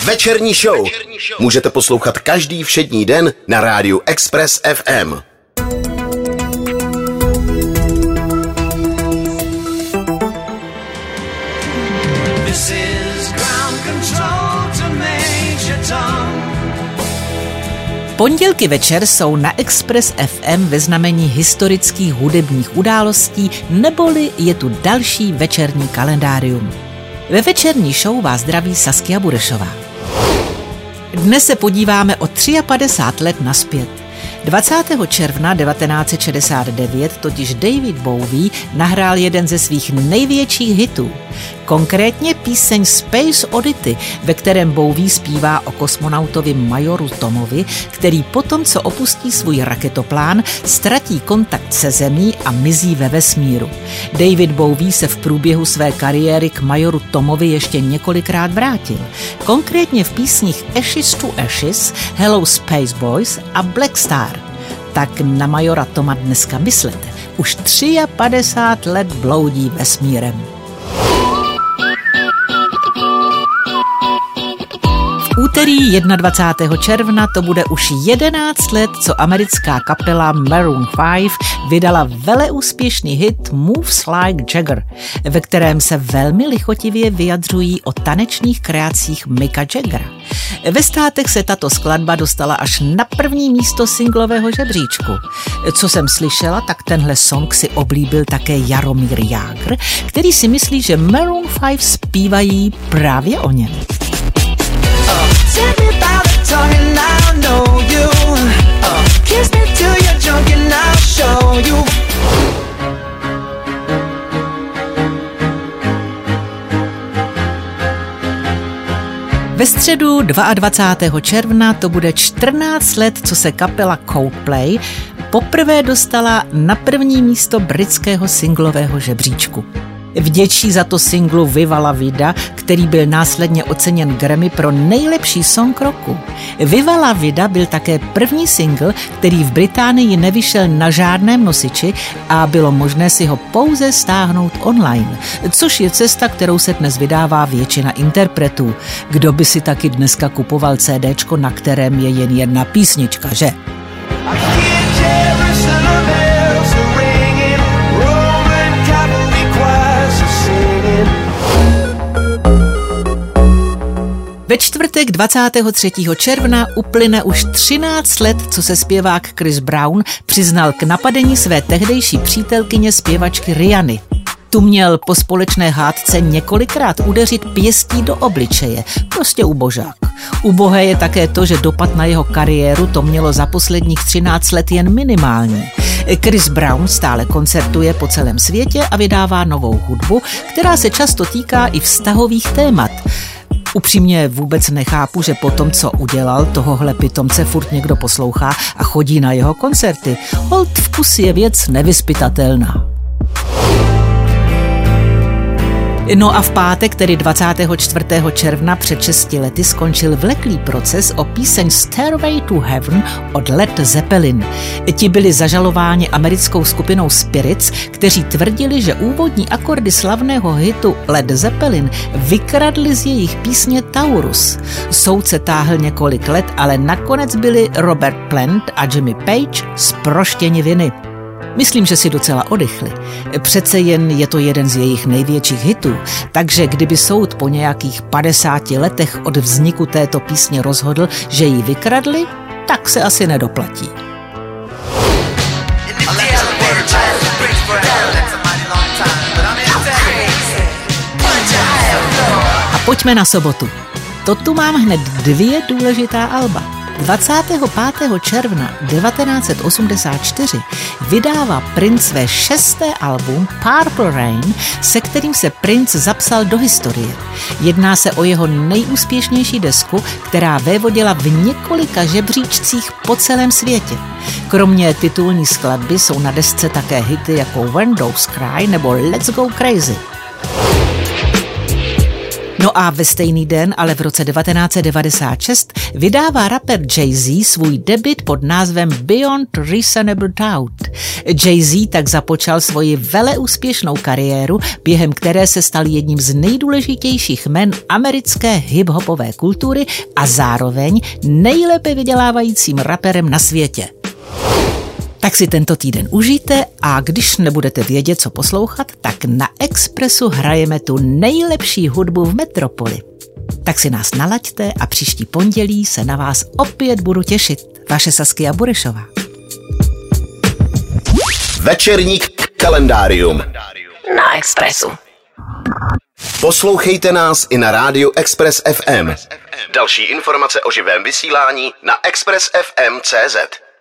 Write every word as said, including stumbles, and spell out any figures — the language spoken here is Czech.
Večerní show můžete poslouchat každý všední den na rádiu Express F M. Pondělky večer jsou na Express F M ve znamení historických hudebních událostí, neboli je tu další večerní kalendárium. Ve večerní show vás zdraví Saskia Burešová. Dnes se podíváme o padesát tři let nazpět. dvacátého června devatenáct set šedesát devět totiž David Bowie nahrál jeden ze svých největších hitů. Konkrétně píseň Space Oddity, ve kterém Bowie zpívá o kosmonautovi Majoru Tomovi, který potom, co opustí svůj raketoplán, ztratí kontakt se Zemí a mizí ve vesmíru. David Bowie se v průběhu své kariéry k Majoru Tomovi ještě několikrát vrátil. Konkrétně v písních Ashes to Ashes, Hello Space Boys a Black Star. Tak na Majora Toma dneska myslete. Už padesát tři let bloudí vesmírem. Úterý dvacátého prvního června to bude už jedenáct let, co americká kapela Maroon pět vydala veleúspěšný hit Moves Like Jagger, ve kterém se velmi lichotivě vyjadřují o tanečních kreacích Micka Jaggera. Ve státech se tato skladba dostala až na první místo singlového žebříčku. Co jsem slyšela, tak tenhle song si oblíbil také Jaromír Jágr, který si myslí, že Maroon pět zpívají právě o něm. Tell me about it, talking, I know you. Uh, kiss me till you're drunk and I'll show you. Ve středu dvacátého druhého června to bude čtrnáct let, co se kapela Coldplay poprvé dostala na první místo britského singlového žebříčku. Vděčí za to singlu Viva la Vida, který byl následně oceněn Grammy pro nejlepší song roku. Viva la Vida byl také první single, který v Británii nevyšel na žádném nosiči a bylo možné si ho pouze stáhnout online, což je cesta, kterou se dnes vydává většina interpretů. Kdo by si taky dneska kupoval CDčko, na kterém je jen jedna písnička, že? Ve čtvrtek dvacátého třetího června uplyne už třináct let, co se zpěvák Chris Brown přiznal k napadení své tehdejší přítelkyně zpěvačky Rihanny. Tu měl po společné hádce několikrát udeřit pěstí do obličeje, prostě ubožák. Ubohé je také to, že dopad na jeho kariéru to mělo za posledních třináct let jen minimální. Chris Brown stále koncertuje po celém světě a vydává novou hudbu, která se často týká i vztahových témat. Upřímně vůbec nechápu, že po tom, co udělal, tohohle pitomce furt někdo poslouchá a chodí na jeho koncerty. Holt vkus je věc nevyzpytatelná. No a v pátek, tedy dvacátého čtvrtého června před šesti lety, skončil vleklý proces o píseň Stairway to Heaven od Led Zeppelin. Ti byli zažalováni americkou skupinou Spirits, kteří tvrdili, že úvodní akordy slavného hitu Led Zeppelin vykradli z jejich písně Taurus. Soud se táhl několik let, ale nakonec byli Robert Plant a Jimmy Page zproštěni viny. Myslím, že si docela oddychli. Přece jen je to jeden z jejich největších hitů, takže kdyby soud po nějakých padesáti letech od vzniku této písně rozhodl, že ji vykradli, tak se asi nedoplatí. A pojďme na sobotu. To tu mám hned dvě důležitá alba. dvacátého pátého června devatenáct set osmdesát čtyři vydává Prince své šesté album Purple Rain, se kterým se Prince zapsal do historie. Jedná se o jeho nejúspěšnější desku, která vévodila v několika žebříčcích po celém světě. Kromě titulní skladby jsou na desce také hity jako When Doves Cry nebo Let's Go Crazy. No a ve stejný den, ale v roce devatenáct set devadesát šest, vydává rapper Jay-Z svůj debut pod názvem Beyond Reasonable Doubt. Jay-Z tak započal svoji veleúspěšnou kariéru, během které se stal jedním z nejdůležitějších men americké hip-hopové kultury a zároveň nejlépe vydělávajícím raperem na světě. Tak si tento týden užijte a když nebudete vědět, co poslouchat, tak na Expressu hrajeme tu nejlepší hudbu v metropoli. Tak si nás nalaďte a příští pondělí se na vás opět budu těšit. Vaše Saskia Burešová. Večerní kalendárium Na Expressu. Poslouchejte nás i na rádiu Express F M. Další informace o živém vysílání na express f m tečka cé zet.